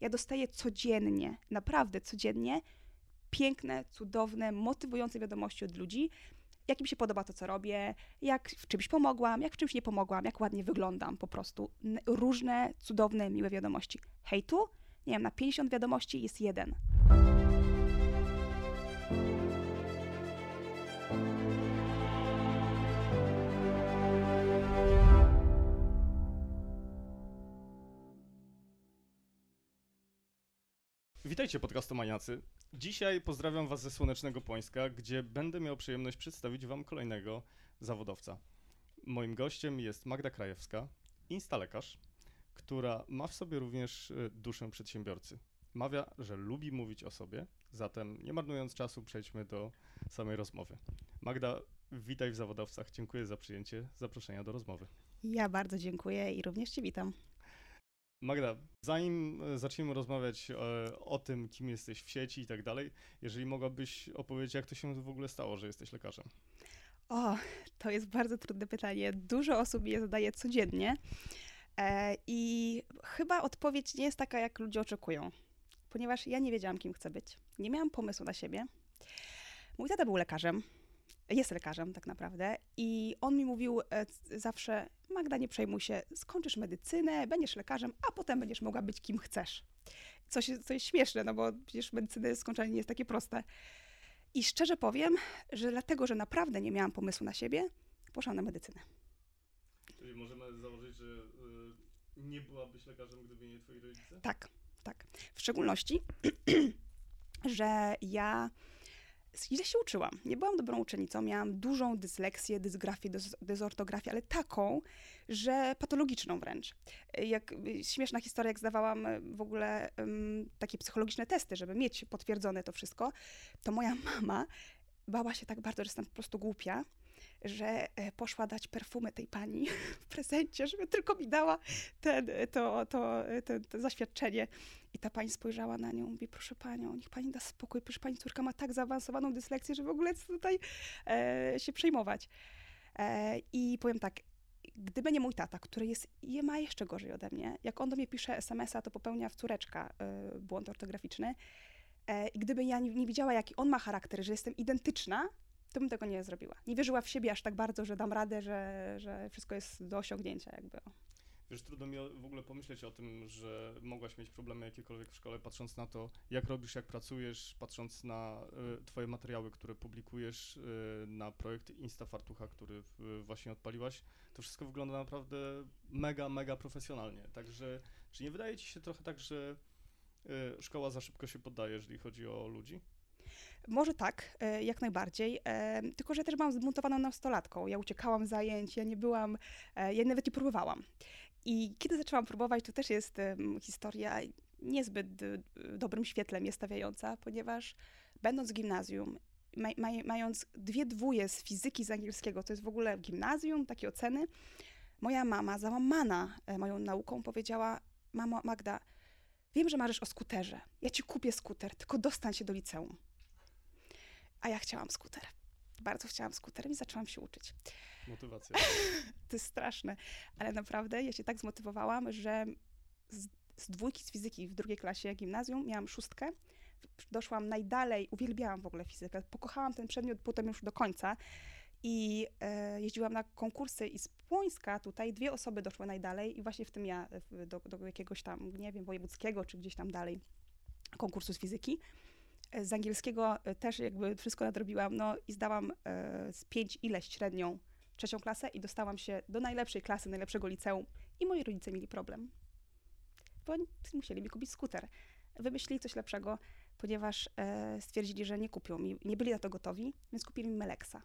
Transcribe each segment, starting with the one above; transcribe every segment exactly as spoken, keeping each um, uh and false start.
Ja dostaję codziennie, naprawdę codziennie, piękne, cudowne, motywujące wiadomości od ludzi, jak im się podoba to, co robię, jak w czymś pomogłam, jak w czymś nie pomogłam, jak ładnie wyglądam po prostu. N- różne, cudowne, miłe wiadomości. Hejtu? Nie wiem, na pięćdziesiąt wiadomości jest jeden. Witajcie podcastomaniacy. Dzisiaj pozdrawiam was ze słonecznego Płońska, gdzie będę miał przyjemność przedstawić wam kolejnego zawodowca. Moim gościem jest Magda Krajewska, instalekarz, która ma w sobie również duszę przedsiębiorcy. Mawia, że lubi mówić o sobie, zatem nie marnując czasu, przejdźmy do samej rozmowy. Magda, witaj w zawodowcach. Dziękuję za przyjęcie zaproszenia do rozmowy. Ja bardzo dziękuję i również cię witam. Magda, zanim zaczniemy rozmawiać o, o tym, kim jesteś w sieci i tak dalej, jeżeli mogłabyś opowiedzieć, jak to się w ogóle stało, że jesteś lekarzem? O, to jest bardzo trudne pytanie. Dużo osób je zadaje codziennie e, i chyba odpowiedź nie jest taka, jak ludzie oczekują, ponieważ ja nie wiedziałam, kim chcę być. Nie miałam pomysłu na siebie. Mój tata był lekarzem, jest lekarzem tak naprawdę i on mi mówił e, zawsze: Magda, nie przejmuj się, skończysz medycynę, będziesz lekarzem, a potem będziesz mogła być kim chcesz. Coś, co jest śmieszne, no bo przecież medycyny skończenie nie jest takie proste. I szczerze powiem, że dlatego, że naprawdę nie miałam pomysłu na siebie, poszłam na medycynę. Czyli możemy założyć, że y, nie byłabyś lekarzem, gdyby nie twoi rodzice? Tak, tak. W szczególności, że ja źle się uczyłam. Nie byłam dobrą uczennicą, miałam dużą dysleksję, dysgrafię, dys, dysortografię, ale taką, że patologiczną wręcz. Jak, śmieszna historia, jak zdawałam w ogóle um, takie psychologiczne testy, żeby mieć potwierdzone to wszystko, to moja mama bała się tak bardzo, że jestem po prostu głupia, że poszła dać perfumę tej pani w prezencie, żeby tylko mi dała ten, to, to, to, to zaświadczenie. I ta pani spojrzała na nią i mówi: proszę panią, niech pani da spokój, proszę, pani córka ma tak zaawansowaną dysleksję, że w ogóle co tutaj e, się przejmować. E, I powiem tak, gdyby nie mój tata, który jest, je ma jeszcze gorzej ode mnie, jak on do mnie pisze es em es a, to popełnia w córeczka e, błąd ortograficzny. E, I gdyby ja nie, nie widziała, jaki on ma charakter, że jestem identyczna, to bym tego nie zrobiła. Nie wierzyła w siebie aż tak bardzo, że dam radę, że, że wszystko jest do osiągnięcia jakby. Wiesz, trudno mi w ogóle pomyśleć o tym, że mogłaś mieć problemy jakiekolwiek w szkole, patrząc na to, jak robisz, jak pracujesz, patrząc na y, twoje materiały, które publikujesz, y, na projekt Instafartucha, który y, właśnie odpaliłaś. To wszystko wygląda naprawdę mega, mega profesjonalnie. Także czy nie wydaje ci się trochę tak, że y, szkoła za szybko się poddaje, jeżeli chodzi o ludzi? Może tak, jak najbardziej, tylko że ja też byłam zbuntowaną nastolatką. Ja uciekałam z zajęć, ja nie byłam, ja nawet nie próbowałam. I kiedy zaczęłam próbować, to też jest historia niezbyt dobrym świetle mnie stawiająca, ponieważ będąc w gimnazjum, maj, maj, mając dwie dwóje z fizyki, z angielskiego, to jest w ogóle gimnazjum, takie oceny, moja mama, załamana moją nauką, powiedziała: mamo, Magda, wiem, że marzysz o skuterze, ja ci kupię skuter, tylko dostań się do liceum. A ja chciałam skuter. Bardzo chciałam skuter i zaczęłam się uczyć. Motywacja. To jest straszne, ale naprawdę ja się tak zmotywowałam, że z, z dwójki z fizyki w drugiej klasie gimnazjum miałam szóstkę. Doszłam najdalej, uwielbiałam w ogóle fizykę. Pokochałam ten przedmiot potem już do końca i e, jeździłam na konkursy i z Płońska tutaj dwie osoby doszły najdalej i właśnie w tym ja do, do jakiegoś tam, nie wiem, wojewódzkiego czy gdzieś tam dalej konkursu z fizyki. Z angielskiego też jakby wszystko nadrobiłam, no i zdałam e, z pięć ileś średnią trzecią klasę i dostałam się do najlepszej klasy, najlepszego liceum i moi rodzice mieli problem, bo musieli mi kupić skuter. Wymyślili coś lepszego, ponieważ e, stwierdzili, że nie kupią mi, nie byli na to gotowi, więc kupili mi Meleksa.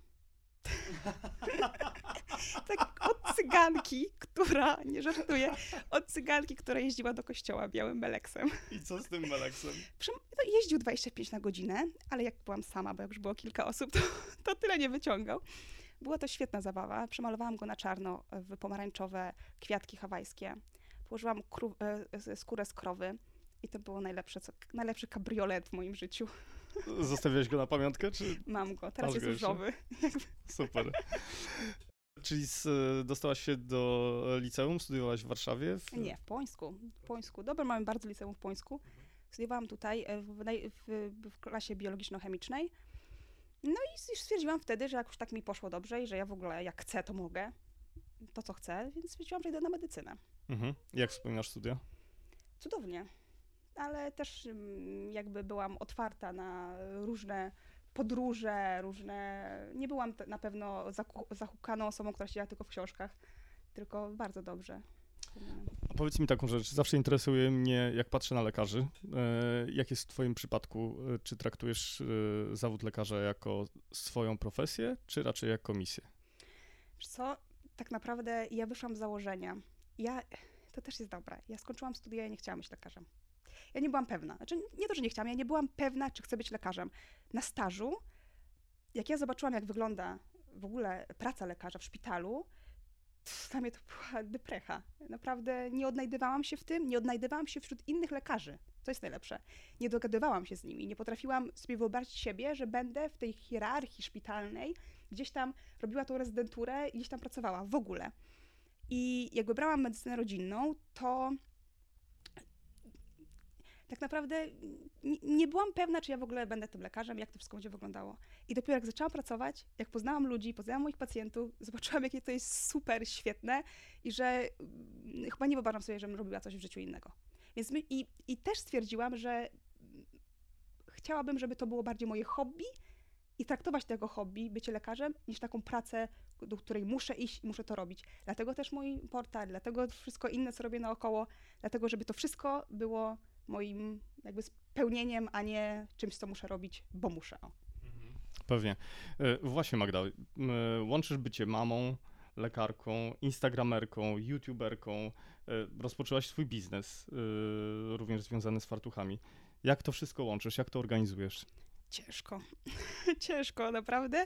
Tak od cyganki, która, nie żartuję, od cyganki, która jeździła do kościoła białym Meleksem. I co z tym Meleksem? No, jeździł dwadzieścia pięć na godzinę, ale jak byłam sama, bo jak już było kilka osób, to, to tyle nie wyciągał. Była to świetna zabawa. Przemalowałam go na czarno w pomarańczowe kwiatki hawajskie. Położyłam kró- skórę z krowy i to było najlepsze, co, najlepszy kabriolet w moim życiu. Zostawiałeś go na pamiątkę, czy? Mam go, teraz Masz jest go jeszcze? różowy. Super. Czyli z, dostałaś się do liceum, studiowałaś w Warszawie? W... Nie, w Pońsku. W Pońsku. Dobra, mamy bardzo liceum w Pońsku. Studiowałam tutaj w, w, w klasie biologiczno-chemicznej. No i już stwierdziłam wtedy, że jak już tak mi poszło dobrze i że ja w ogóle jak chcę, to mogę. To, co chcę, więc stwierdziłam, że idę na medycynę. Mhm. Jak wspominasz studia? Cudownie. Ale też jakby byłam otwarta na różne podróże, różne... Nie byłam na pewno zahukaną osobą, która siedziała tylko w książkach, tylko bardzo dobrze. A powiedz mi taką rzecz, zawsze interesuje mnie, jak patrzę na lekarzy, e, jak jest w twoim przypadku, e, czy traktujesz e, zawód lekarza jako swoją profesję, czy raczej jako misję? Wiesz co, tak naprawdę ja wyszłam z założenia, ja, to też jest dobre, ja skończyłam studia i nie chciałam być lekarzem. Ja nie byłam pewna, znaczy nie to, że nie chciałam, ja nie byłam pewna, czy chcę być lekarzem. Na stażu, jak ja zobaczyłam, jak wygląda w ogóle praca lekarza w szpitalu, dla mnie to była deprecha. Naprawdę nie odnajdywałam się w tym, nie odnajdywałam się wśród innych lekarzy. To jest najlepsze. Nie dogadywałam się z nimi, nie potrafiłam sobie wyobrazić siebie, że będę w tej hierarchii szpitalnej, gdzieś tam robiła tą rezydenturę i gdzieś tam pracowała w ogóle. I jak wybrałam medycynę rodzinną, to tak naprawdę nie, nie byłam pewna, czy ja w ogóle będę tym lekarzem, jak to wszystko będzie wyglądało. I dopiero jak zaczęłam pracować, jak poznałam ludzi, poznałam moich pacjentów, zobaczyłam, jakie to jest super świetne i że mm, chyba nie wyobrażam sobie, żebym robiła coś w życiu innego. Więc my, i, i też stwierdziłam, że chciałabym, żeby to było bardziej moje hobby i traktować tego hobby, bycie lekarzem, niż taką pracę, do której muszę iść i muszę to robić. Dlatego też mój portal, dlatego wszystko inne, co robię naokoło, dlatego, żeby to wszystko było moim jakby spełnieniem, a nie czymś, co muszę robić, bo muszę. O. Pewnie. Właśnie Magda, łączysz bycie mamą, lekarką, instagramerką, youtuberką, rozpoczęłaś swój biznes, również związany z fartuchami. Jak to wszystko łączysz? Jak to organizujesz? Ciężko. Ciężko, naprawdę.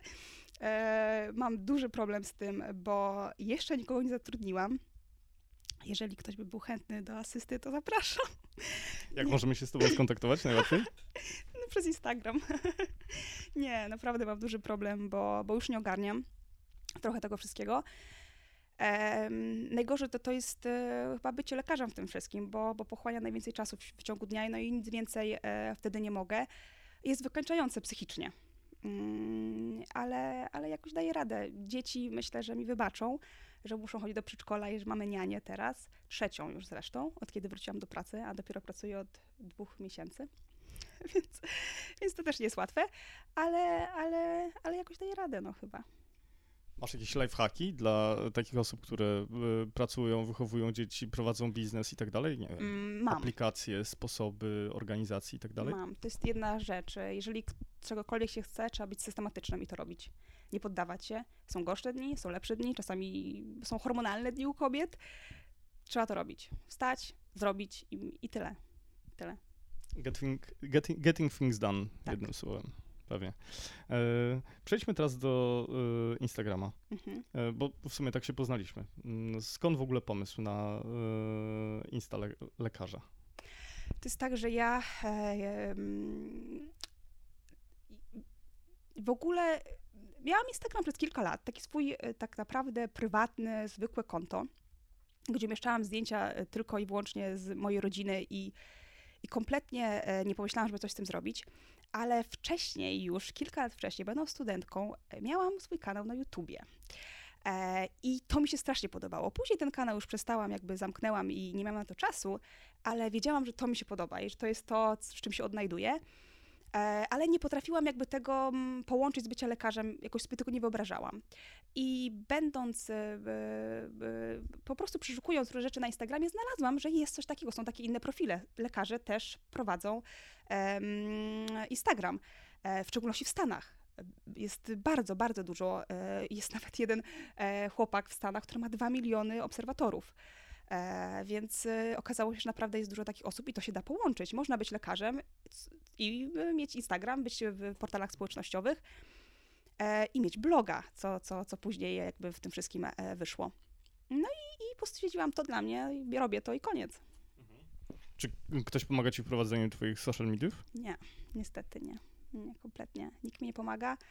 E, mam duży problem z tym, bo jeszcze nikogo nie zatrudniłam. Jeżeli ktoś by był chętny do asysty, to zapraszam. Jak nie. możemy się z tobą skontaktować najłatwiej? No, przez Instagram. Nie, naprawdę mam duży problem, bo, bo już nie ogarniam trochę tego wszystkiego. E, najgorzej to, to jest e, chyba bycie lekarzem w tym wszystkim, bo, bo pochłania najwięcej czasu w, w ciągu dnia, no i nic więcej e, wtedy nie mogę. Jest wykańczające psychicznie, mm, ale, ale jakoś daję radę. Dzieci myślę, że mi wybaczą, że muszą chodzić do przedszkola i że mamy nianię teraz, trzecią już zresztą, od kiedy wróciłam do pracy, a dopiero pracuję od dwóch miesięcy, więc, więc to też nie jest łatwe, ale, ale, ale jakoś daję radę, no chyba. Masz jakieś lifehacki dla takich osób, które y, pracują, wychowują dzieci, prowadzą biznes i tak dalej? Nie wiem, Mam. aplikacje, sposoby organizacji i tak dalej? Mam. To jest jedna rzecz. Jeżeli czegokolwiek się chce, trzeba być systematycznym i to robić. Nie poddawać się. Są gorsze dni, są lepsze dni, czasami są hormonalne dni u kobiet. Trzeba to robić. Wstać, zrobić i, i tyle. Tyle. Getting, getting, getting things done, tak. Jednym słowem. Pewnie. E, przejdźmy teraz do e, Instagrama, mhm. e, bo w sumie tak się poznaliśmy. Skąd w ogóle pomysł na e, Insta le- lekarza? To jest tak, że ja e, w ogóle miałam Instagram przez kilka lat, taki swój tak naprawdę prywatne, zwykłe konto, gdzie umieszczałam zdjęcia tylko i wyłącznie z mojej rodziny i, i kompletnie nie pomyślałam, żeby coś z tym zrobić. Ale wcześniej już, kilka lat wcześniej, będąc studentką, miałam swój kanał na YouTubie. E, I to mi się strasznie podobało. Później ten kanał już przestałam, jakby zamknęłam i nie miałam na to czasu, ale wiedziałam, że to mi się podoba i że to jest to, z czym się odnajduję. E, ale nie potrafiłam jakby tego m, połączyć z bycia lekarzem, jakoś sobie tego nie wyobrażałam. I będąc, e, e, po prostu przeszukując różne rzeczy na Instagramie, znalazłam, że jest coś takiego, są takie inne profile. Lekarze też prowadzą e, Instagram, e, w szczególności w Stanach. Jest bardzo, bardzo dużo. E, jest nawet jeden e, chłopak w Stanach, który ma dwa miliony obserwatorów. E, więc e, okazało się, że naprawdę jest dużo takich osób i to się da połączyć. Można być lekarzem i mieć Instagram, być w portalach społecznościowych e, i mieć bloga, co, co, co później jakby w tym wszystkim e, wyszło. No i, i postwierdziłam to dla mnie, robię to i koniec. Mhm. Czy ktoś pomaga ci w prowadzeniu twoich social mediów? Nie, niestety nie. Nie, kompletnie. Nikt mi nie pomaga.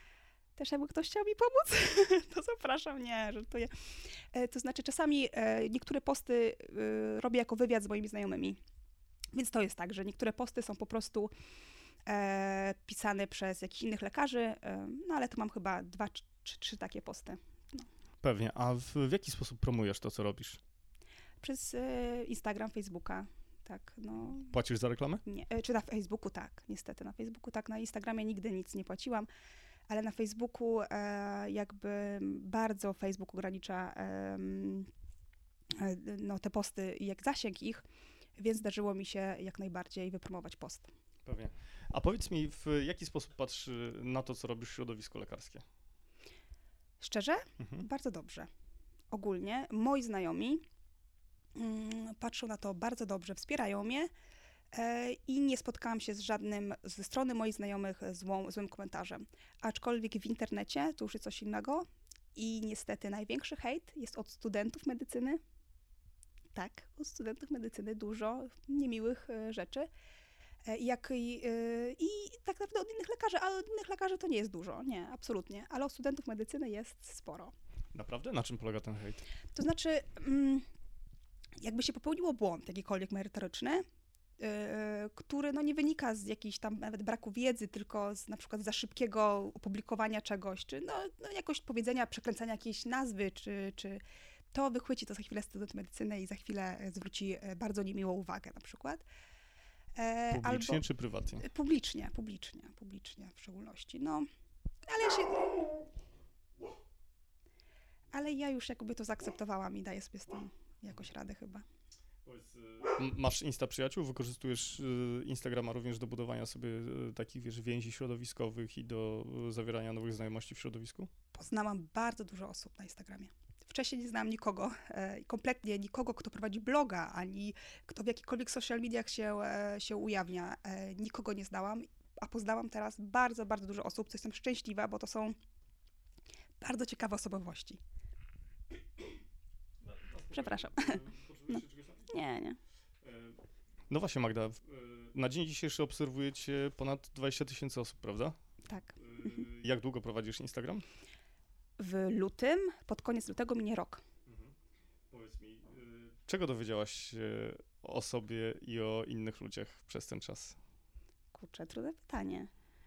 Też jakby ktoś chciał mi pomóc, to zapraszam. Nie, żartuję. E, to znaczy czasami e, niektóre posty e, robię jako wywiad z moimi znajomymi. Więc to jest tak, że niektóre posty są po prostu e, pisane przez jakichś innych lekarzy, e, no ale tu mam chyba dwa czy trzy takie posty. No. Pewnie. A w, w jaki sposób promujesz to, co robisz? Przez e, Instagram, Facebooka, tak, no. Płacisz za reklamę? Nie, e, czy na Facebooku tak, niestety, na Facebooku tak, na Instagramie nigdy nic nie płaciłam, ale na Facebooku e, jakby bardzo Facebook ogranicza e, e, no, te posty i jak zasięg ich, więc zdarzyło mi się jak najbardziej wypromować post. Pewnie. A powiedz mi, w jaki sposób patrzysz na to, co robisz w środowisku lekarskie? Szczerze? Mhm. Bardzo dobrze. Ogólnie moi znajomi mm, patrzą na to bardzo dobrze, wspierają mnie e, i nie spotkałam się z żadnym ze strony moich znajomych złą, złym komentarzem. Aczkolwiek w internecie to już jest coś innego i niestety największy hejt jest od studentów medycyny. Tak, od studentów medycyny dużo niemiłych e, rzeczy. E, jak, i, e, I tak naprawdę od innych lekarzy, ale od innych lekarzy to nie jest dużo, nie, absolutnie. Ale od studentów medycyny jest sporo. Naprawdę? Na czym polega ten hejt? To znaczy, mm, jakby się popełniło błąd jakikolwiek merytoryczny, yy, który no, nie wynika z jakiejś tam nawet braku wiedzy, tylko z na przykład za szybkiego opublikowania czegoś, czy no, no jakoś powiedzenia, przekręcania jakiejś nazwy, czy, czy to wychwyci to za chwilę student medycyny i za chwilę zwróci bardzo niemiłą uwagę na przykład. E, publicznie albo, czy prywatnie? Publicznie, publicznie, publicznie w szczególności. No, ale ja się... Ale ja już jakby to zaakceptowałam i daję sobie z tym jakoś radę chyba. Masz Insta przyjaciół? Wykorzystujesz Instagrama również do budowania sobie takich, wiesz, więzi środowiskowych i do zawierania nowych znajomości w środowisku? Poznałam bardzo dużo osób na Instagramie. Wcześniej nie znałam nikogo, e, kompletnie nikogo, kto prowadzi bloga, ani kto w jakichkolwiek social mediach się, e, się ujawnia. E, nikogo nie znałam, a poznałam teraz bardzo, bardzo dużo osób, co jestem szczęśliwa, bo to są bardzo ciekawe osobowości. Przepraszam. No. Nie, nie. No właśnie, Magda, na dzień dzisiejszy obserwujecie ponad dwadzieścia tysięcy osób, prawda? Tak. Jak długo prowadzisz Instagram? W lutym, pod koniec lutego minie rok. Mhm. Powiedz mi, czego dowiedziałaś się o sobie i o innych ludziach przez ten czas? Kurczę, trudne pytanie.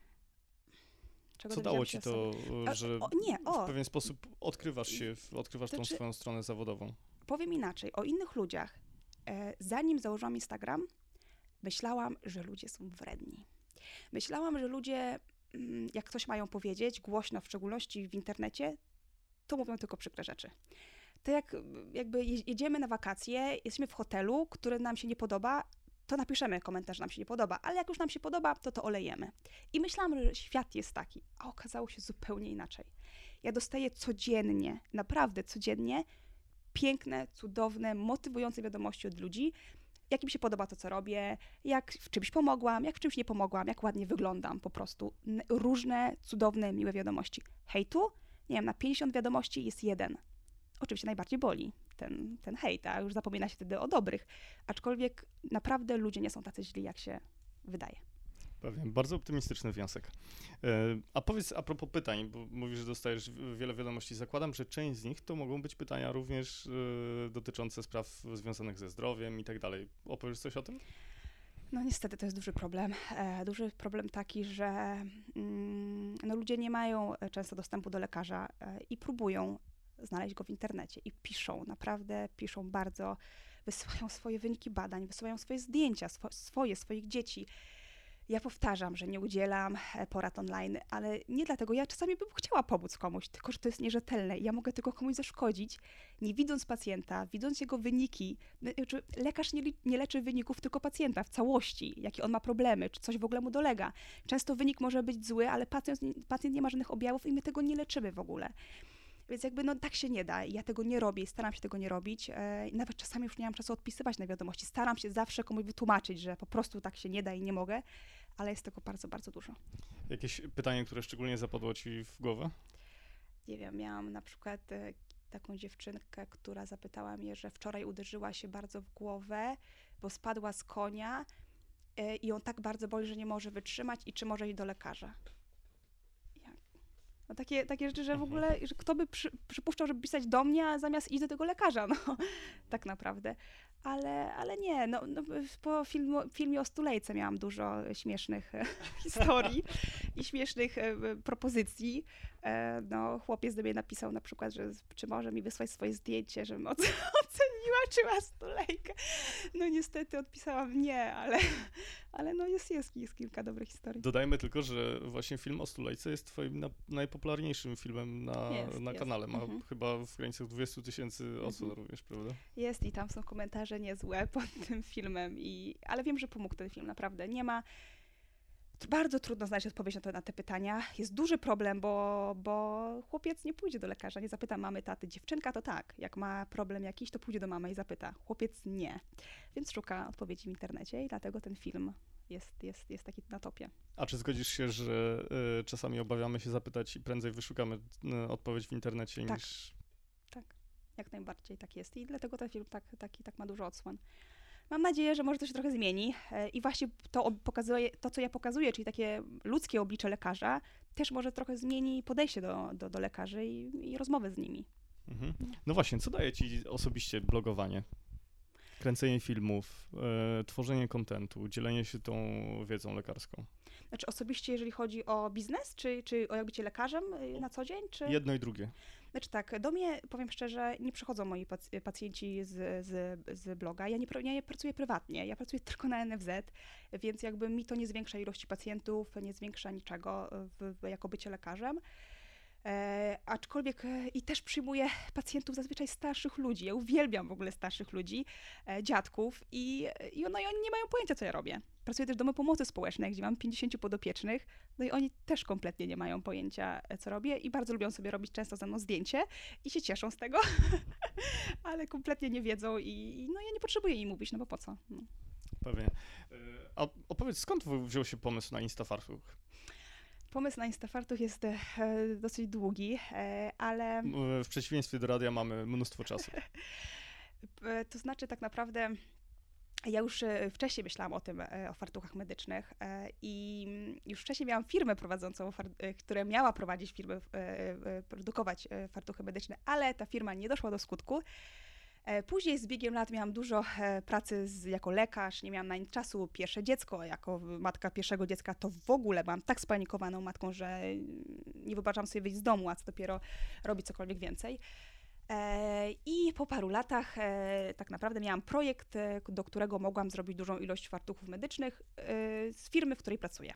Czego Co dało ci to, że o, nie, o. w pewien sposób odkrywasz się, odkrywasz to tą czy... swoją stronę zawodową? Powiem inaczej, o innych ludziach. E, zanim założyłam Instagram, myślałam, że ludzie są wredni. Myślałam, że ludzie, mm, jak coś mają powiedzieć, głośno, w szczególności w internecie, to mówią tylko przykre rzeczy. To jak jakby jedziemy na wakacje, jesteśmy w hotelu, który nam się nie podoba, to napiszemy komentarz, że nam się nie podoba, ale jak już nam się podoba, to to olejemy. I myślałam, że świat jest taki, a okazało się zupełnie inaczej. Ja dostaję codziennie, naprawdę codziennie, piękne, cudowne, motywujące wiadomości od ludzi, jak im się podoba to, co robię, jak w czymś pomogłam, jak w czymś nie pomogłam, jak ładnie wyglądam, po prostu. Różne, cudowne, miłe wiadomości. Hejtu? Nie wiem, na pięćdziesiąt wiadomości jest jeden. Oczywiście najbardziej boli ten, ten hejt, a już zapomina się wtedy o dobrych. Aczkolwiek naprawdę ludzie nie są tacy źli, jak się wydaje. Pewnie, bardzo optymistyczny wniosek. A powiedz a propos pytań, bo mówisz, że dostajesz wiele wiadomości. Zakładam, że część z nich to mogą być pytania również dotyczące spraw związanych ze zdrowiem i tak dalej. Opowiesz coś o tym? No niestety to jest duży problem. E, duży problem taki, że mm, no, ludzie nie mają często dostępu do lekarza e, i próbują znaleźć go w internecie i piszą, naprawdę piszą bardzo, wysyłają swoje wyniki badań, wysyłają swoje zdjęcia, swo, swoje, swoich dzieci. Ja powtarzam, że nie udzielam porad online, ale nie dlatego. Ja czasami bym chciała pomóc komuś, tylko że to jest nierzetelne i ja mogę tylko komuś zaszkodzić, nie widząc pacjenta, widząc jego wyniki. Lekarz nie, nie leczy wyników tylko pacjenta w całości, jakie on ma problemy, czy coś w ogóle mu dolega. Często wynik może być zły, ale pacjent, pacjent nie ma żadnych objawów i my tego nie leczymy w ogóle. Więc jakby no tak się nie da. Ja tego nie robię i staram się tego nie robić. E, nawet czasami już nie mam czasu odpisywać na wiadomości. Staram się zawsze komuś wytłumaczyć, że po prostu tak się nie da i nie mogę, ale jest tego bardzo, bardzo dużo. Jakieś pytanie, które szczególnie zapadło ci w głowę? Nie wiem, miałam na przykład e, taką dziewczynkę, która zapytała mnie, że wczoraj uderzyła się bardzo w głowę, bo spadła z konia e, i ją tak bardzo boli, że nie może wytrzymać i czy może iść do lekarza. No takie, takie rzeczy, że w ogóle, że kto by przy, przypuszczał, żeby pisać do mnie, a zamiast iść do tego lekarza, no, tak naprawdę. Ale, ale nie, no, no po filmu, filmie o Stulejce miałam dużo śmiesznych e, historii i śmiesznych e, propozycji. E, no, chłopiec do mnie napisał na przykład, że czy może mi wysłać swoje zdjęcie, żebym oce- oceniła, czy ma Stulejkę. No niestety odpisałam nie, ale, ale no jest, jest, jest kilka dobrych historii. Dodajmy tylko, że właśnie film o Stulejce jest twoim na, najpopularniejszym filmem na, Jest, na jest. kanale. Ma Mhm. chyba w granicach dwudziestu tysięcy osób Mhm. również, prawda? Jest i tam są komentarze niezłe pod tym filmem, i, ale wiem, że pomógł ten film, naprawdę. Nie ma... to bardzo trudno znaleźć odpowiedź na, to, na te pytania. Jest duży problem, bo, bo chłopiec nie pójdzie do lekarza, nie zapyta mamy, taty. Dziewczynka to tak, jak ma problem jakiś, to pójdzie do mamy i zapyta. Chłopiec nie. Więc szuka odpowiedzi w internecie i dlatego ten film jest, jest, jest taki na topie. A czy zgodzisz się, że y, czasami obawiamy się zapytać i prędzej wyszukamy y, odpowiedź w internecie Tak. niż... Jak najbardziej tak jest i dlatego ten film tak, taki, tak ma dużo odsłon. Mam nadzieję, że może to się trochę zmieni e, i właśnie to ob- pokazuje, to, co ja pokazuję, czyli takie ludzkie oblicze lekarza, też może trochę zmieni podejście do, do, do lekarzy i, i rozmowy z nimi. Mhm. No właśnie, co daje ci osobiście blogowanie? Kręcenie filmów, e, tworzenie kontentu, dzielenie się tą wiedzą lekarską. Znaczy osobiście, jeżeli chodzi o biznes, czy, czy o jak bycie lekarzem y, na co dzień, czy... Jedno i drugie. Znaczy tak, do mnie, powiem szczerze, nie przychodzą moi pac- pacjenci z, z, z bloga. Ja nie, pr- ja nie pracuję prywatnie, ja pracuję tylko na N F Z, więc jakby mi to nie zwiększa ilości pacjentów, nie zwiększa niczego w, w, jako bycie lekarzem. E, aczkolwiek e, i też przyjmuję pacjentów zazwyczaj starszych ludzi. Ja uwielbiam w ogóle starszych ludzi, e, dziadków i, i, no, i oni nie mają pojęcia, co ja robię. Pracuję też w domu pomocy społecznej, gdzie mam pięćdziesięciu podopiecznych, no i oni też kompletnie nie mają pojęcia, e, co robię i bardzo lubią sobie robić często ze mną zdjęcie i się cieszą z tego, ale kompletnie nie wiedzą i, i no ja nie potrzebuję im mówić, no bo po co? No. Pewnie. E, A opowiedz, skąd wziął się pomysł na Instafartuch? Pomysł na Instafartuch jest e, dosyć długi, e, ale... W przeciwieństwie do radia mamy mnóstwo czasu. E, to znaczy tak naprawdę ja już e, wcześniej myślałam o tym, e, o fartuchach medycznych e, i już wcześniej miałam firmę prowadzącą, far- e, która miała prowadzić firmę, e, e, produkować e, fartuchy medyczne, ale ta firma nie doszła do skutku. E, Później z biegiem lat miałam dużo e, pracy z, jako lekarz, nie miałam na nic czasu. Pierwsze dziecko, jako matka pierwszego dziecka, to w ogóle byłam tak spanikowaną matką, że nie wyobrażam sobie wyjść z domu, a co dopiero robić cokolwiek więcej. E, I po paru latach e, tak naprawdę miałam projekt, e, do którego mogłam zrobić dużą ilość fartuchów medycznych e, z firmy, w której pracuję.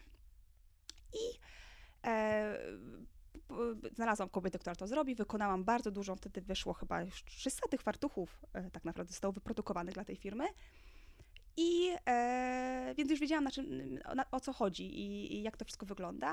I e, p- znalazłam kobietę, która to zrobi, wykonałam bardzo dużą, wtedy wyszło chyba już trzysta tych fartuchów, e, tak naprawdę zostało wyprodukowanych dla tej firmy. I e, więc już wiedziałam, na czym, o, na, o co chodzi i, i jak to wszystko wygląda.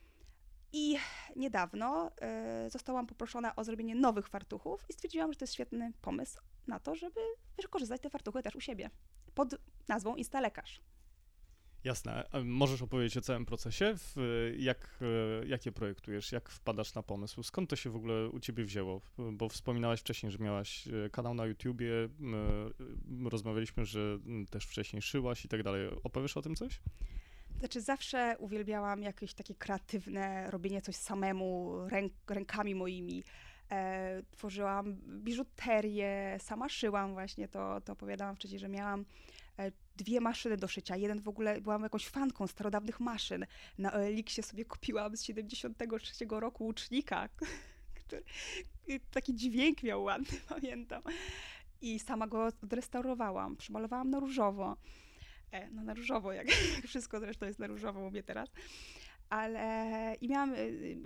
I niedawno e, zostałam poproszona o zrobienie nowych fartuchów i stwierdziłam, że to jest świetny pomysł na to, żeby wykorzystać te fartuchy też u siebie pod nazwą Instalekarz. Jasne. A możesz opowiedzieć o całym procesie? W, jak, e, jak je projektujesz? Jak wpadasz na pomysł? Skąd to się w ogóle u ciebie wzięło? Bo wspominałaś wcześniej, że miałaś e, kanał na YouTubie, e, rozmawialiśmy, że m, też wcześniej szyłaś i tak dalej. Opowiesz o tym coś? Znaczy zawsze uwielbiałam jakieś takie kreatywne robienie coś samemu, ręk, rękami moimi. E, tworzyłam biżuterię, sama szyłam właśnie, to, to opowiadałam wcześniej, że miałam e, dwie maszyny do szycia. Jeden w ogóle, byłam jakąś fanką starodawnych maszyn. Na O L X-ie sobie kupiłam z siedemdziesiątego trzeciego roku łucznika, który taki dźwięk miał ładny, pamiętam. I sama go odrestaurowałam, przymalowałam na różowo. E, no na różowo, jak, jak wszystko zresztą jest na różowo u mnie teraz. Ale i miałam,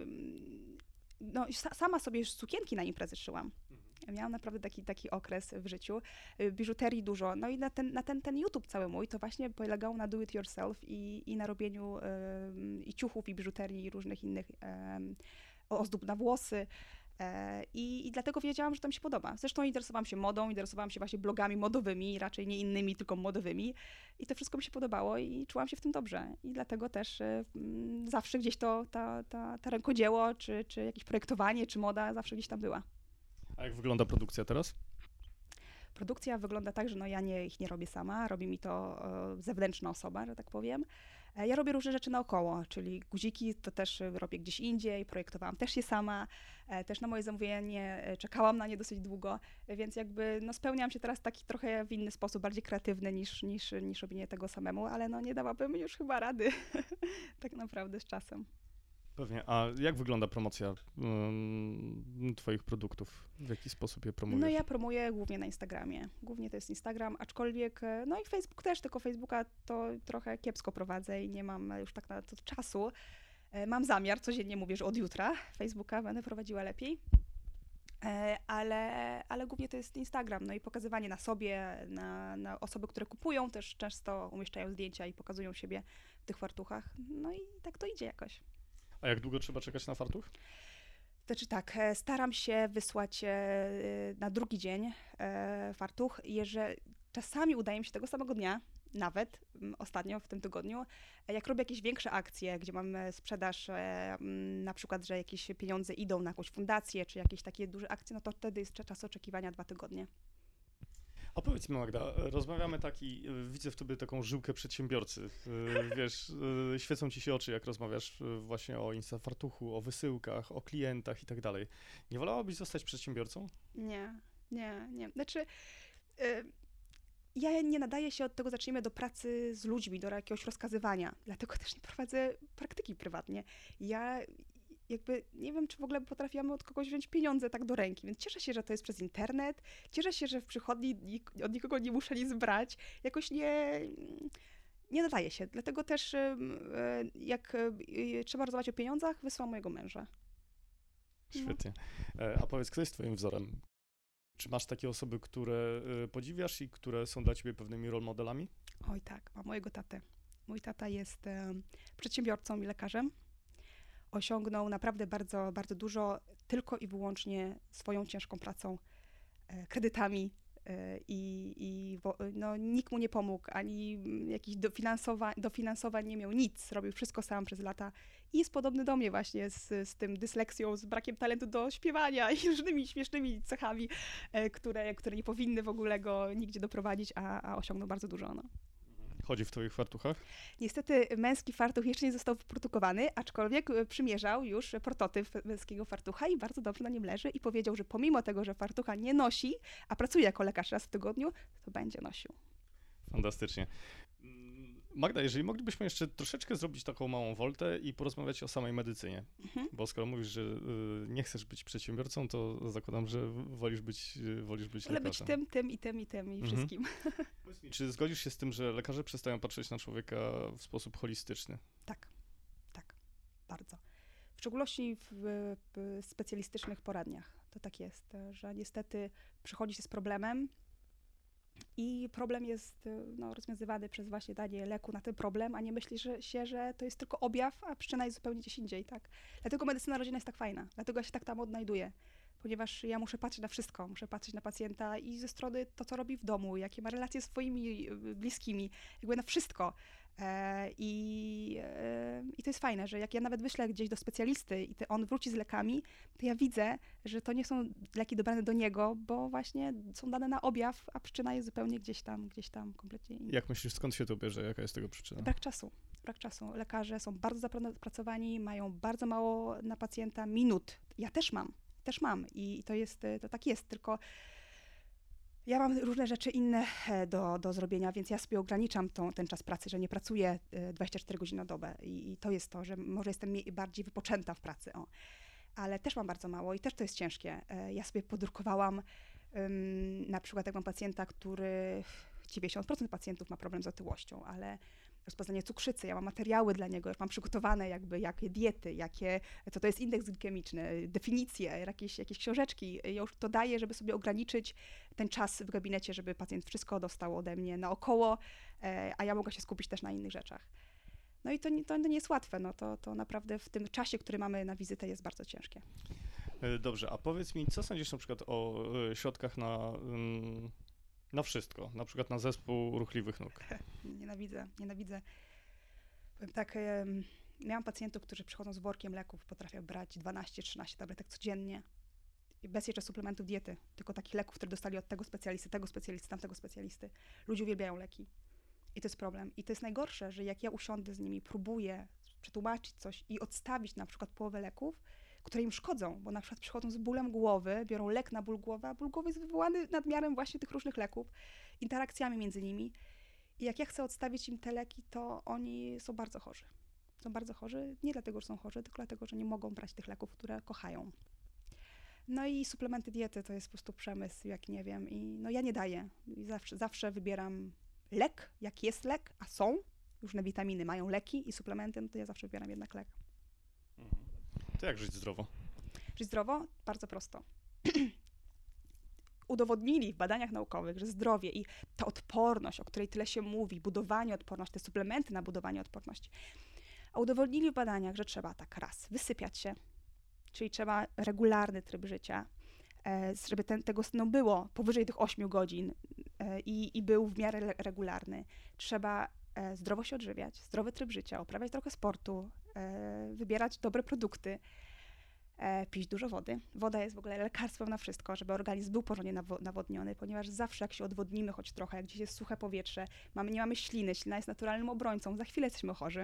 no sa, sama sobie już sukienki na imprezy szyłam. Miałam naprawdę taki, taki okres w życiu, biżuterii dużo. No i na ten, na ten, ten YouTube cały mój to właśnie polegał na do it yourself i, i na robieniu y, i ciuchów, i biżuterii, i różnych innych y, ozdób na włosy. I, I dlatego wiedziałam, że to mi się podoba. Zresztą interesowałam się modą, interesowałam się właśnie blogami modowymi, raczej nie innymi, tylko modowymi. I to wszystko mi się podobało i czułam się w tym dobrze. I dlatego też y, zawsze gdzieś to, ta, ta, ta rękodzieło, czy, czy jakieś projektowanie, czy moda zawsze gdzieś tam była. A jak wygląda produkcja teraz? produkcja wygląda tak, że no ja nie, ich nie robię sama, robi mi to e, zewnętrzna osoba, że tak powiem. E, ja robię różne rzeczy naokoło, czyli guziki to też robię gdzieś indziej, projektowałam też je sama, e, też na moje zamówienie e, czekałam na nie dosyć długo, e, więc jakby no spełniam się teraz taki trochę w inny sposób, bardziej kreatywny niż, niż, niż robienie tego samemu, ale no nie dałabym już chyba rady tak naprawdę z czasem. Pewnie. A jak wygląda promocja um, twoich produktów? W jaki sposób je promujesz? No ja promuję głównie na Instagramie. Głównie to jest Instagram, aczkolwiek, no i Facebook też, tylko Facebooka to trochę kiepsko prowadzę i nie mam już tak na to czasu. Mam zamiar, codziennie mówię, że od jutra Facebooka będę prowadziła lepiej. Ale, ale głównie to jest Instagram, no i pokazywanie na sobie, na, na osoby, które kupują, też często umieszczają zdjęcia i pokazują siebie w tych fartuchach. No i tak to idzie jakoś. A jak długo trzeba czekać na fartuch? Znaczy tak, staram się wysłać na drugi dzień fartuch. Jeżeli czasami udaje mi się tego samego dnia, nawet ostatnio w tym tygodniu, jak robię jakieś większe akcje, gdzie mam sprzedaż, na przykład, że jakieś pieniądze idą na jakąś fundację, czy jakieś takie duże akcje, no to wtedy jest czas oczekiwania dwa tygodnie. A powiedz mi, Magda, rozmawiamy tak i widzę w tobie taką żyłkę przedsiębiorcy. Wiesz, świecą ci się oczy, jak rozmawiasz właśnie o Instafartuchu, o wysyłkach, o klientach i tak dalej. Nie wolałabyś zostać przedsiębiorcą? Nie, nie, nie. Znaczy, y- ja nie nadaję się od tego, zacznijmy, do pracy z ludźmi, do jakiegoś rozkazywania. Dlatego też nie prowadzę praktyki prywatnie. Ja jakby nie wiem, czy w ogóle potrafiłam od kogoś wziąć pieniądze tak do ręki, więc cieszę się, że to jest przez internet, cieszę się, że w przychodni nik- od nikogo nie muszę nic brać. Jakoś nie, nie nadaje się. Dlatego też jak trzeba rozmawiać o pieniądzach, wysyłam mojego męża. Świetnie. A powiedz, kto jest twoim wzorem? Czy masz takie osoby, które podziwiasz i które są dla ciebie pewnymi role modelami? Oj tak, mam mojego tatę. Mój tata jest e, przedsiębiorcą i lekarzem. Osiągnął naprawdę bardzo, bardzo dużo tylko i wyłącznie swoją ciężką pracą, e, kredytami e, i, i wo, no, nikt mu nie pomógł, ani jakichś dofinansowań, dofinansowań nie miał, nic. Robił wszystko sam przez lata i jest podobny do mnie właśnie z, z tym dysleksją, z brakiem talentu do śpiewania i różnymi śmiesznymi cechami, e, które, które nie powinny w ogóle go nigdzie doprowadzić, a, a osiągnął bardzo dużo. No. Chodzi w twoich fartuchach? Niestety męski fartuch jeszcze nie został wyprodukowany, aczkolwiek przymierzał już prototyp męskiego fartucha i bardzo dobrze na nim leży i powiedział, że pomimo tego, że fartucha nie nosi, a pracuje jako lekarz raz w tygodniu, to będzie nosił. Fantastycznie. Magda, jeżeli moglibyśmy jeszcze troszeczkę zrobić taką małą woltę i porozmawiać o samej medycynie, mhm. bo skoro mówisz, że y, nie chcesz być przedsiębiorcą, to zakładam, że wolisz być, wolisz być Wolę lekarzem. być tym, tym i tym i tym i mhm. wszystkim. Czy zgodzisz się z tym, że lekarze przestają patrzeć na człowieka w sposób holistyczny? Tak, tak, bardzo. W szczególności w, w specjalistycznych poradniach. To tak jest, że niestety przychodzi się z problemem, i problem jest no, rozwiązywany przez właśnie danie leku na ten problem, a nie myśli że, się, że to jest tylko objaw, a przyczyna jest zupełnie gdzieś indziej, tak? Dlatego medycyna rodzinna jest tak fajna, dlatego ja się tak tam odnajduję, ponieważ ja muszę patrzeć na wszystko, muszę patrzeć na pacjenta i ze strony to, co robi w domu, jakie ma relacje z swoimi bliskimi, jakby na wszystko. E, i, e, I to jest fajne, że jak ja nawet wyślę gdzieś do specjalisty i te, on wróci z lekami, to ja widzę, że to nie są leki dobrane do niego, bo właśnie są dane na objaw, a przyczyna jest zupełnie gdzieś tam, gdzieś tam kompletnie inna. Jak myślisz, skąd się to bierze? Jaka jest tego przyczyna? Brak czasu. Brak czasu. Lekarze są bardzo zapracowani, mają bardzo mało na pacjenta minut. Ja też mam, też mam i to jest, to tak jest, tylko ja mam różne rzeczy inne do, do zrobienia, więc ja sobie ograniczam tą, ten czas pracy, że nie pracuję dwadzieścia cztery godziny na dobę i, i to jest to, że może jestem bardziej wypoczęta w pracy, o. Ale też mam bardzo mało i też to jest ciężkie. Ja sobie podrukowałam um, na przykład jak mam pacjenta, który dziewięćdziesiąt procent pacjentów ma problem z otyłością, ale rozpoznanie cukrzycy, ja mam materiały dla niego, już mam przygotowane jakby jakie diety, jakie, co to jest indeks glikemiczny, definicje, jakieś, jakieś książeczki. Ja już to daję, żeby sobie ograniczyć ten czas w gabinecie, żeby pacjent wszystko dostał ode mnie naokoło, a ja mogę się skupić też na innych rzeczach. No i to nie, to nie jest łatwe, no to, to naprawdę w tym czasie, który mamy na wizytę jest bardzo ciężkie. Dobrze, a powiedz mi, co sądzisz na przykład o środkach na... Um... Na wszystko, na przykład na zespół ruchliwych nóg. Nienawidzę, nienawidzę. Powiem tak, um, miałam pacjentów, którzy przychodzą z workiem leków, potrafią brać dwanaście trzynaście tabletek codziennie bez jeszcze suplementów diety, tylko takich leków, które dostali od tego specjalisty, tego specjalisty, tamtego specjalisty. Ludzie uwielbiają leki. I to jest problem. I to jest najgorsze, że jak ja usiądę z nimi, próbuję przetłumaczyć coś i odstawić na przykład połowę leków, które im szkodzą, bo na przykład przychodzą z bólem głowy, biorą lek na ból głowy, a ból głowy jest wywołany nadmiarem właśnie tych różnych leków, interakcjami między nimi. I jak ja chcę odstawić im te leki, to oni są bardzo chorzy. Są bardzo chorzy, nie dlatego, że są chorzy, tylko dlatego, że nie mogą brać tych leków, które kochają. No i suplementy diety to jest po prostu przemysł, jak nie wiem. I no ja nie daję. I zawsze, zawsze wybieram lek, jak jest lek, a są. Różne witaminy mają leki i suplementy, no to ja zawsze wybieram jednak lek. Mhm. To jak żyć zdrowo? Żyć zdrowo? Bardzo prosto. Udowodnili w badaniach naukowych, że zdrowie i ta odporność, o której tyle się mówi, budowanie odporności, te suplementy na budowanie odporności, a udowodnili w badaniach, że trzeba tak raz wysypiać się, czyli trzeba regularny tryb życia, żeby ten, tego snu było powyżej tych ośmiu godzin i, i był w miarę regularny. Trzeba zdrowo się odżywiać, zdrowy tryb życia, uprawiać trochę sportu, wybierać dobre produkty, pić dużo wody. Woda jest w ogóle lekarstwem na wszystko, żeby organizm był porządnie nawodniony, ponieważ zawsze jak się odwodnimy choć trochę, jak gdzieś jest suche powietrze, mamy, nie mamy śliny, ślina jest naturalnym obrońcą, za chwilę jesteśmy chorzy.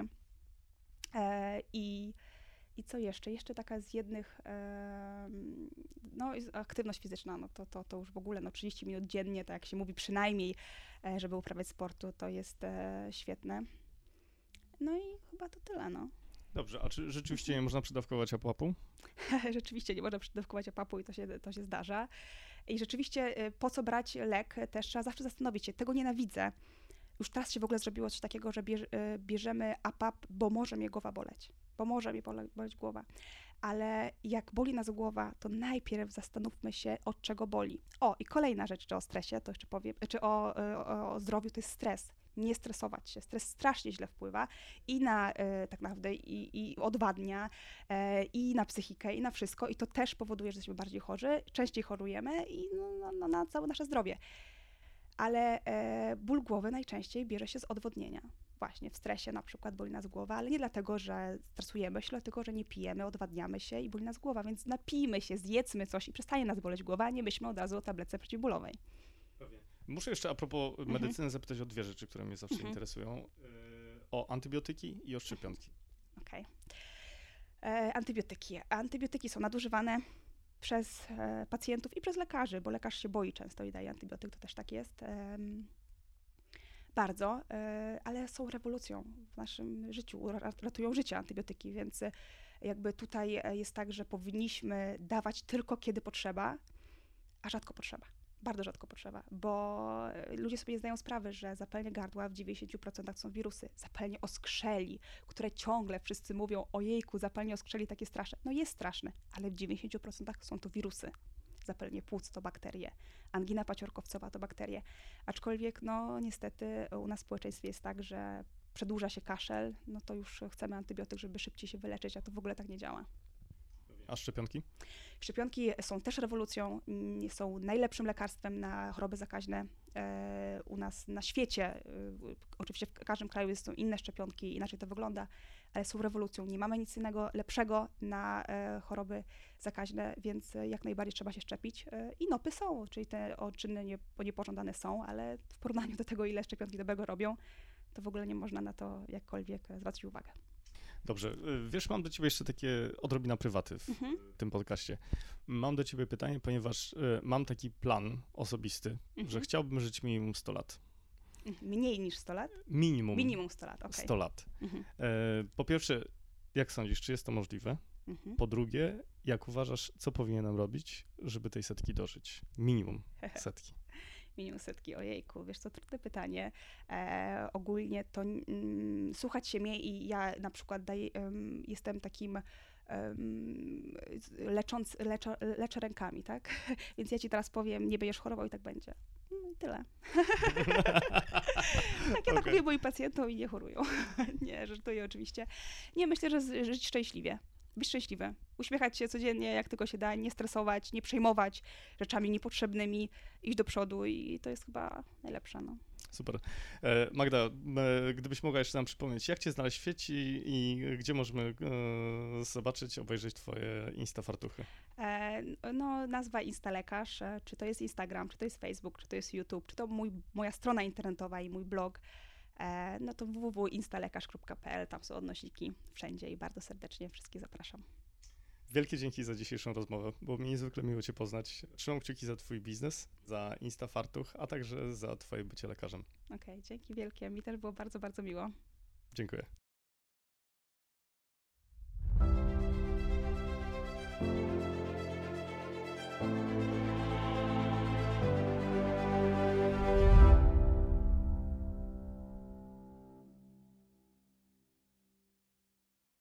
I I co jeszcze? Jeszcze taka z jednych, e, no aktywność fizyczna, no to, to, to już w ogóle no trzydzieści minut dziennie, tak jak się mówi przynajmniej, e, żeby uprawiać sportu, to jest e, świetne. No i chyba to tyle, no. Dobrze, a czy rzeczywiście nie można przydawkować apapu? Rzeczywiście nie można przydawkować apapu i to się, to się zdarza. I rzeczywiście po co brać lek, też trzeba zawsze zastanowić się, tego nienawidzę. Już teraz się w ogóle zrobiło coś takiego, że bierz, bierzemy apap, bo może mnie głowa boleć. Bo może mnie boleć głowa. Ale jak boli nas głowa, to najpierw zastanówmy się, od czego boli. O, i kolejna rzecz, czy o stresie, to jeszcze powiem, czy o, o, o zdrowiu, to jest stres. Nie stresować się. Stres strasznie źle wpływa i na e, tak naprawdę i, i odwadnia, e, i na psychikę, i na wszystko. I to też powoduje, że jesteśmy bardziej chorzy, częściej chorujemy i no, no, no, na całe nasze zdrowie. Ale e, ból głowy najczęściej bierze się z odwodnienia. Właśnie w stresie na przykład boli nas głowa, ale nie dlatego, że stresujemy się, tylko że nie pijemy, odwadniamy się i boli nas głowa, więc napijmy się, zjedzmy coś i przestanie nas boleć głowa, a nie myślmy od razu o tabletce przeciwbólowej. Pewnie. Muszę jeszcze a propos mhm. medycyny zapytać o dwie rzeczy, które mnie zawsze mhm. interesują. Yy, o antybiotyki i o szczepionki. Okej. Okay. Antybiotyki. Antybiotyki są nadużywane przez e, pacjentów i przez lekarzy, bo lekarz się boi często i daje antybiotyk, to też tak jest. E, bardzo, e, ale są rewolucją w naszym życiu, ratują życie antybiotyki, więc jakby tutaj jest tak, że powinniśmy dawać tylko kiedy potrzeba, a rzadko potrzeba. Bardzo rzadko potrzeba, bo ludzie sobie nie zdają sprawy, że zapalenie gardła w dziewięćdziesięciu procentach są wirusy. Zapalenie oskrzeli, które ciągle wszyscy mówią, ojejku, zapalenie oskrzeli takie straszne. No jest straszne, ale w dziewięćdziesięciu procentach są to wirusy. Zapalenie płuc to bakterie, angina paciorkowcowa to bakterie. Aczkolwiek no niestety u nas w społeczeństwie jest tak, że przedłuża się kaszel, no to już chcemy antybiotyk, żeby szybciej się wyleczyć, a to w ogóle tak nie działa. A szczepionki? Szczepionki są też rewolucją, są najlepszym lekarstwem na choroby zakaźne e, u nas na świecie. E, oczywiście w każdym kraju są inne szczepionki, inaczej to wygląda, ale są rewolucją. Nie mamy nic innego lepszego na e, choroby zakaźne, więc jak najbardziej trzeba się szczepić. E, I nopy są, czyli te odczyny nie, niepożądane są, ale w porównaniu do tego, ile szczepionki dobrego robią, to w ogóle nie można na to jakkolwiek zwracać uwagę. Dobrze, wiesz, mam do ciebie jeszcze takie odrobina prywaty w mhm. tym podcaście. Mam do ciebie pytanie, ponieważ y, mam taki plan osobisty, mhm. że chciałbym żyć minimum sto lat. Mniej niż sto lat? Minimum. Minimum sto lat, okej. Okay. sto lat. Mhm. E, po pierwsze, jak sądzisz, czy jest to możliwe? Mhm. Po drugie, jak uważasz, co powinienem robić, żeby tej setki dożyć? Minimum setki. Minimum setki, ojejku, wiesz co, trudne pytanie. E, ogólnie to mm, słuchać się mnie i ja na przykład daję, um, jestem takim um, lecząc, leczo, leczę rękami, tak? Więc ja ci teraz powiem, nie będziesz chorował i tak będzie. No i tyle. Tak ja tak okay. mówię moim pacjentom i nie chorują. Nie, żartuję oczywiście. Nie, myślę, że żyć szczęśliwie. być szczęśliwy. Uśmiechać się codziennie, jak tylko się da, nie stresować, nie przejmować rzeczami niepotrzebnymi, iść do przodu i to jest chyba najlepsze, no. Super. E, Magda, e, gdybyś mogła jeszcze nam przypomnieć, jak cię znaleźć w sieci i gdzie możemy e, zobaczyć, obejrzeć twoje Insta-fartuchy? E, no, nazwa Instalekarz, e, czy to jest Instagram, czy to jest Facebook, czy to jest YouTube, czy to mój, moja strona internetowa i mój blog, e, no to w w w kropka instalekarz kropka p l, tam są odnośniki wszędzie i bardzo serdecznie wszystkich zapraszam. Wielkie dzięki za dzisiejszą rozmowę, było mi niezwykle miło cię poznać. Trzymam kciuki za twój biznes, za Insta-fartuch, a także za twoje bycie lekarzem. Okej, okay, dzięki wielkie, mi też było bardzo, bardzo miło. Dziękuję.